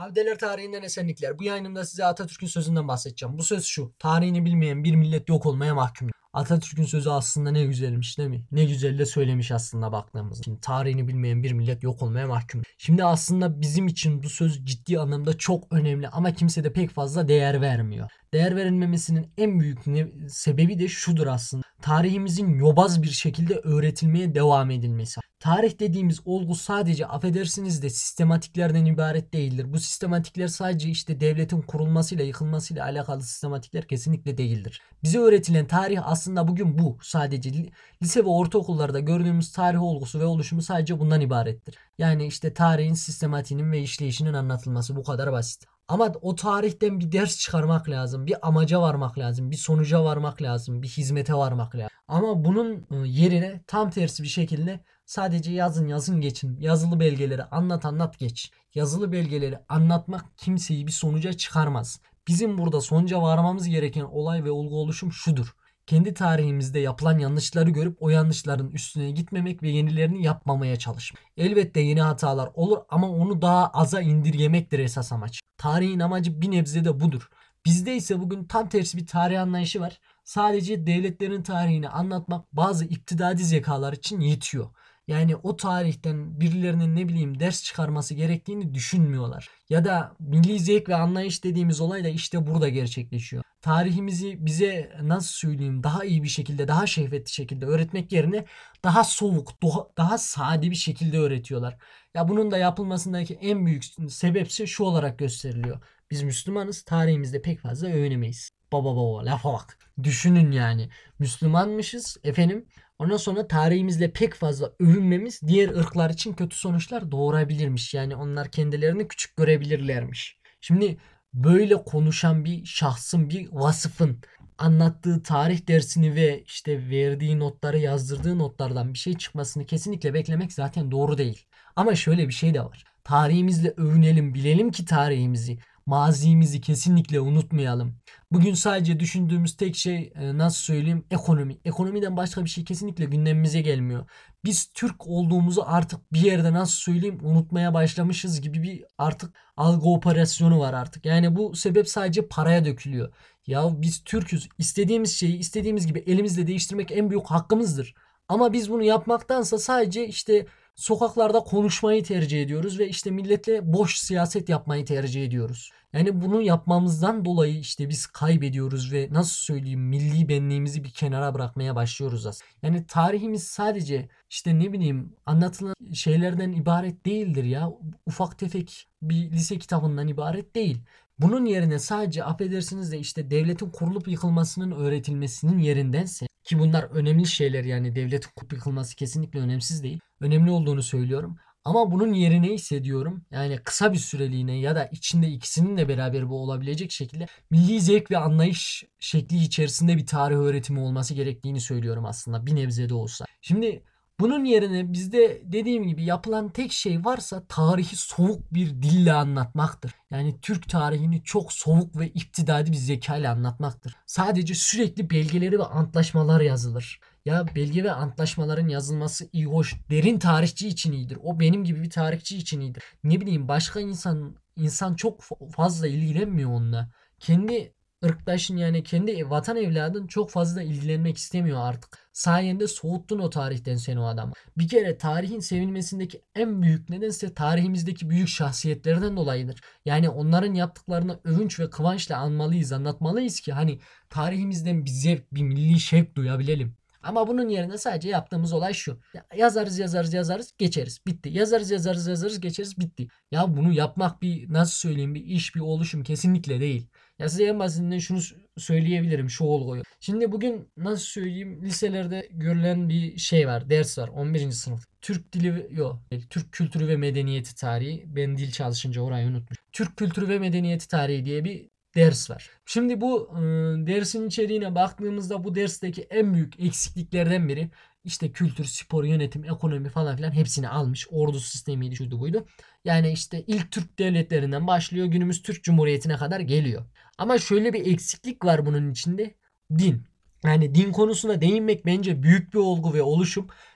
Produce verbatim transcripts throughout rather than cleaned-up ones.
Abdeler tarihinden esenlikler. Bu yayınımda size Atatürk'ün sözünden bahsedeceğim. Bu söz şu: tarihini bilmeyen bir millet yok olmaya mahkum. Atatürk'ün sözü aslında ne güzelmiş değil mi? Ne güzel de söylemiş aslında baktığımızda. Şimdi tarihini bilmeyen bir millet yok olmaya mahkum. Şimdi aslında bizim için bu söz ciddi anlamda çok önemli ama kimse de pek fazla değer vermiyor. Değer verilmemesinin en büyük ne- sebebi de şudur aslında: tarihimizin yobaz bir şekilde öğretilmeye devam edilmesi. Tarih dediğimiz olgu sadece, affedersiniz de, sistematiklerden ibaret değildir. Bu sistematikler sadece işte devletin kurulmasıyla yıkılmasıyla alakalı sistematikler kesinlikle değildir. Bize öğretilen tarih aslında bugün bu. Sadece lise ve ortaokullarda gördüğümüz tarih olgusu ve oluşumu sadece bundan ibarettir. Yani işte tarihin sistematiğinin ve işleyişinin anlatılması, bu kadar basit. Ama o tarihten bir ders çıkarmak lazım. Bir amaca varmak lazım. Bir sonuca varmak lazım. Bir hizmete varmak lazım. Ama bunun yerine tam tersi bir şekilde sadece yazın yazın geçin. Yazılı belgeleri anlat anlat geç. Yazılı belgeleri anlatmak kimseyi bir sonuca çıkarmaz. Bizim burada sonuca varmamız gereken olay ve olgu oluşum şudur: kendi tarihimizde yapılan yanlışları görüp o yanlışların üstüne gitmemek ve yenilerini yapmamaya çalışmak. Elbette yeni hatalar olur ama onu daha aza indirgemektir esas amaç. Tarihin amacı bir nebze de budur. Bizde ise bugün tam tersi bir tarih anlayışı var. Sadece devletlerin tarihini anlatmak bazı iktidadi zekalar için yetiyor. Yani o tarihten birilerinin ne bileyim ders çıkarması gerektiğini düşünmüyorlar. Ya da milli zevk ve anlayış dediğimiz olay da işte burada gerçekleşiyor. Tarihimizi bize nasıl söyleyeyim daha iyi bir şekilde, daha şehvetli şekilde öğretmek yerine daha soğuk, daha sade bir şekilde öğretiyorlar. Ya bunun da yapılmasındaki en büyük sebepsi şu olarak gösteriliyor: biz Müslümanız, tarihimizde pek fazla övünemeyiz. Baba baba lafa bak. Düşünün yani. Müslümanmışız efendim. Ondan sonra tarihimizle pek fazla övünmemiz diğer ırklar için kötü sonuçlar doğurabilirmiş. Yani onlar kendilerini küçük görebilirlermiş. Şimdi böyle konuşan bir şahsın, bir vasıfın anlattığı tarih dersini ve işte verdiği notları, yazdırdığı notlardan bir şey çıkmasını kesinlikle beklemek zaten doğru değil. Ama şöyle bir şey de var: tarihimizle övünelim, bilelim ki tarihimizi, mazimizi kesinlikle unutmayalım. Bugün sadece düşündüğümüz tek şey, e, nasıl söyleyeyim, ekonomi. Ekonomiden başka bir şey kesinlikle gündemimize gelmiyor. Biz Türk olduğumuzu artık bir yerde, nasıl söyleyeyim, unutmaya başlamışız gibi bir artık algı operasyonu var artık. Yani bu sebep sadece paraya dökülüyor. Ya biz Türk'üz. İstediğimiz şeyi istediğimiz gibi elimizle değiştirmek en büyük hakkımızdır. Ama biz bunu yapmaktansa sadece işte sokaklarda konuşmayı tercih ediyoruz ve işte milletle boş siyaset yapmayı tercih ediyoruz. Yani bunu yapmamızdan dolayı işte biz kaybediyoruz ve nasıl söyleyeyim, milli benliğimizi bir kenara bırakmaya başlıyoruz aslında. Yani tarihimiz sadece işte ne bileyim anlatılan şeylerden ibaret değildir ya. Ufak tefek bir lise kitabından ibaret değil. Bunun yerine sadece, affedersiniz de, işte devletin kurulup yıkılmasının öğretilmesinin yerindense, ki bunlar önemli şeyler, yani devletin kurulup yıkılması kesinlikle önemsiz değil, önemli olduğunu söylüyorum. Ama bunun yerine hissediyorum, yani kısa bir süreliğine ya da içinde ikisinin de beraber bu olabilecek şekilde milli zevk ve anlayış şekli içerisinde bir tarih öğretimi olması gerektiğini söylüyorum aslında, bir nebze de olsa. Şimdi bunun yerine bizde dediğim gibi yapılan tek şey varsa tarihi soğuk bir dille anlatmaktır. Yani Türk tarihini çok soğuk ve iktidadi bir zekayla anlatmaktır. Sadece sürekli belgeleri ve antlaşmalar yazılır. Ya belge ve antlaşmaların yazılması iyi hoş. Derin tarihçi için iyidir. O benim gibi bir tarihçi için iyidir. Ne bileyim, başka insan insan çok fazla ilgilenmiyor onunla. Kendi ırktaşın, yani kendi vatan evladın çok fazla ilgilenmek istemiyor artık. Sayende soğuttun o tarihten seni o adam. Bir kere tarihin sevilmesindeki en büyük nedense tarihimizdeki büyük şahsiyetlerden dolayıdır. Yani onların yaptıklarını övünç ve kıvançla anmalıyız, anlatmalıyız ki hani tarihimizden bir zevk, bir milli şevk duyabilelim. Ama bunun yerine sadece yaptığımız olay şu: yazarız yazarız yazarız geçeriz, bitti. Yazarız yazarız yazarız geçeriz, bitti. Ya bunu yapmak bir, nasıl söyleyeyim, bir iş, bir oluşum kesinlikle değil. Ya size en basitinden şunu söyleyebilirim, şu olguyu. Şimdi bugün nasıl söyleyeyim, liselerde görülen bir şey var, ders var, on birinci sınıf. Türk dili, yok, Türk kültürü ve medeniyeti tarihi. Ben dil çalışınca orayı unutmuş. Türk kültürü ve medeniyeti tarihi diye bir ders var. Şimdi bu e, dersin içeriğine baktığımızda bu dersteki en büyük eksikliklerden biri işte kültür, spor, yönetim, ekonomi falan filan hepsini almış. Ordu sistemiydi, şuydu buydu. Yani işte ilk Türk devletlerinden başlıyor, günümüz Türk Cumhuriyeti'ne kadar geliyor. Ama şöyle bir eksiklik var bunun içinde: din. Yani din konusuna değinmek bence büyük bir olgu ve oluşum.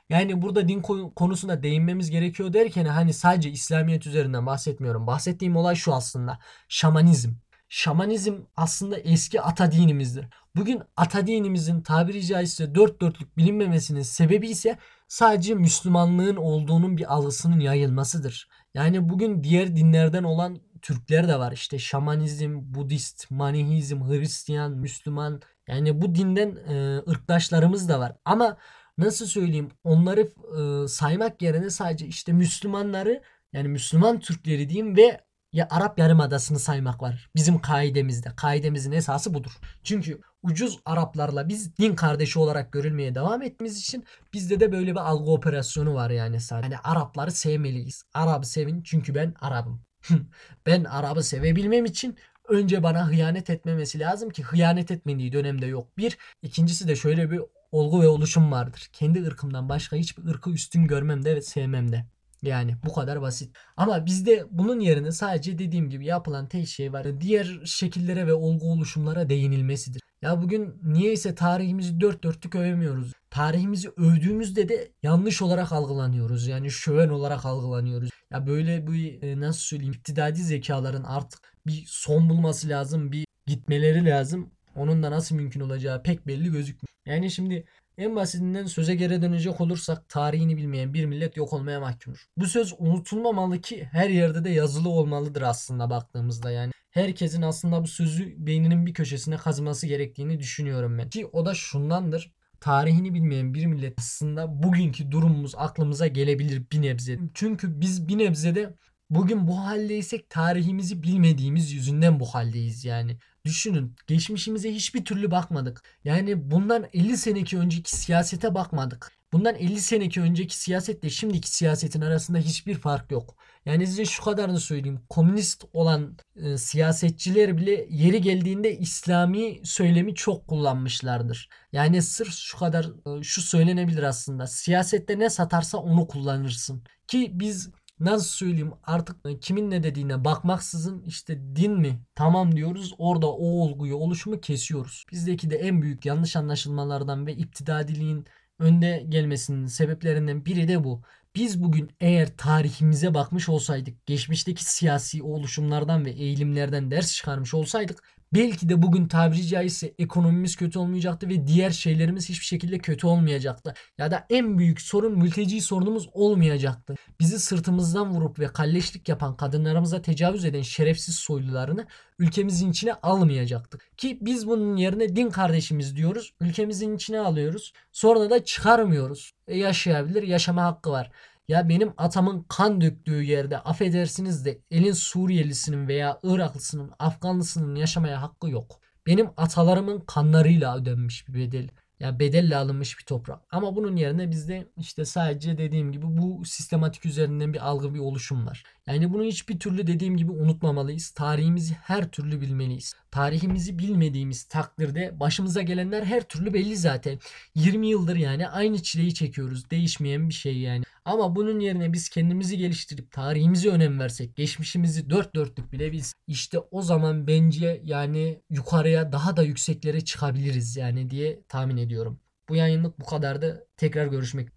Yani burada din konusuna değinmemiz gerekiyor derken hani sadece İslamiyet üzerinden bahsetmiyorum. Bahsettiğim olay şu aslında. Şamanizm. Şamanizm aslında eski ata dinimizdir. Bugün ata dinimizin tabiri caizse dört dörtlük bilinmemesinin sebebi ise sadece Müslümanlığın olduğunun bir algısının yayılmasıdır. Yani bugün diğer dinlerden olan Türkler de var. İşte şamanizm, Budist, Manihizm, Hristiyan, Müslüman. Yani bu dinden e, ırktaşlarımız da var. Ama nasıl söyleyeyim, onları e, saymak yerine sadece işte Müslümanları, yani Müslüman Türkleri diyeyim ve ya Arap Yarımadası'nı saymak var. Bizim kaidemizde. Kaidemizin esası budur. Çünkü ucuz Araplarla biz din kardeşi olarak görülmeye devam ettiğimiz için bizde de böyle bir algı operasyonu var yani sadece. Yani Arapları sevmeliyiz. Arap'ı sevin çünkü ben Arap'ım. Ben Arap'ı sevebilmem için önce bana hıyanet etmemesi lazım ki hıyanet etmediği dönemde yok. Bir. İkincisi de şöyle bir olgu ve oluşum vardır. Kendi ırkımdan başka hiçbir ırkı üstün görmem de ve sevmem de. Yani bu kadar basit. Ama bizde bunun yerine sadece dediğim gibi yapılan tek şey var. Diğer şekillere ve olgu oluşumlara değinilmesidir. Ya bugün niyeyse tarihimizi dört dörtlük övemiyoruz. Tarihimizi övdüğümüzde de yanlış olarak algılanıyoruz. Yani şöven olarak algılanıyoruz. Ya böyle bir e, nasıl söyleyeyim, iktidadi zekaların artık bir son bulması lazım. Bir gitmeleri lazım. Onun da nasıl mümkün olacağı pek belli gözükmüyor. Yani şimdi en basitinden söze geri dönecek olursak tarihini bilmeyen bir millet yok olmaya mahkumdur. Bu söz unutulmamalı ki her yerde de yazılı olmalıdır aslında baktığımızda yani. Herkesin aslında bu sözü beyninin bir köşesine kazıması gerektiğini düşünüyorum ben. Ki o da şundandır. Tarihini bilmeyen bir millet aslında bugünkü durumumuz aklımıza gelebilir bir nebze. Çünkü biz bir nebzede bugün bu haldeysek tarihimizi bilmediğimiz yüzünden bu haldeyiz yani. Düşünün, geçmişimize hiçbir türlü bakmadık. Yani bundan elli seneki önceki siyasete bakmadık. Bundan elli seneki önceki siyasetle şimdiki siyasetin arasında hiçbir fark yok. Yani size şu kadarını söyleyeyim. Komünist olan e, siyasetçiler bile yeri geldiğinde İslami söylemi çok kullanmışlardır. Yani sırf şu kadar e, şu söylenebilir aslında. Siyasette ne satarsa onu kullanırsın. Ki biz nasıl söyleyeyim, artık kimin ne dediğine bakmaksızın işte din mi tamam diyoruz, orada o olguyu oluşumu kesiyoruz. Bizdeki de en büyük yanlış anlaşılmalardan ve iptidadiliğin önde gelmesinin sebeplerinden biri de bu. Biz bugün eğer tarihimize bakmış olsaydık, geçmişteki siyasi oluşumlardan ve eğilimlerden ders çıkarmış olsaydık, belki de bugün tabiri caizse ekonomimiz kötü olmayacaktı ve diğer şeylerimiz hiçbir şekilde kötü olmayacaktı. Ya da en büyük sorun mülteci sorunumuz olmayacaktı. Bizi sırtımızdan vurup ve kalleşlik yapan, kadınlarımıza tecavüz eden şerefsiz soylularını ülkemizin içine almayacaktık. Ki biz bunun yerine din kardeşimiz diyoruz, ülkemizin içine alıyoruz. Sonra da çıkarmıyoruz. E yaşayabilir, yaşama hakkı var. Ya benim atamın kan döktüğü yerde affedersiniz de elin Suriyelisinin veya Iraklısının, Afganlısının yaşamaya hakkı yok. Benim atalarımın kanlarıyla ödenmiş bir bedel. Ya bedelle alınmış bir toprak. Ama bunun yerine bizde işte sadece dediğim gibi bu sistematik üzerinden bir algı, bir oluşum var. Yani bunu hiçbir türlü dediğim gibi unutmamalıyız. Tarihimizi her türlü bilmeliyiz. Tarihimizi bilmediğimiz takdirde başımıza gelenler her türlü belli zaten. yirmi yıldır yani aynı çileyi çekiyoruz. Değişmeyen bir şey yani. Ama bunun yerine biz kendimizi geliştirip tarihimize önem versek, geçmişimizi dört dörtlük bile biz, işte o zaman bence yani yukarıya, daha da yükseklere çıkabiliriz yani diye tahmin ediyorum. Bu yayınlık bu kadardı. Tekrar görüşmek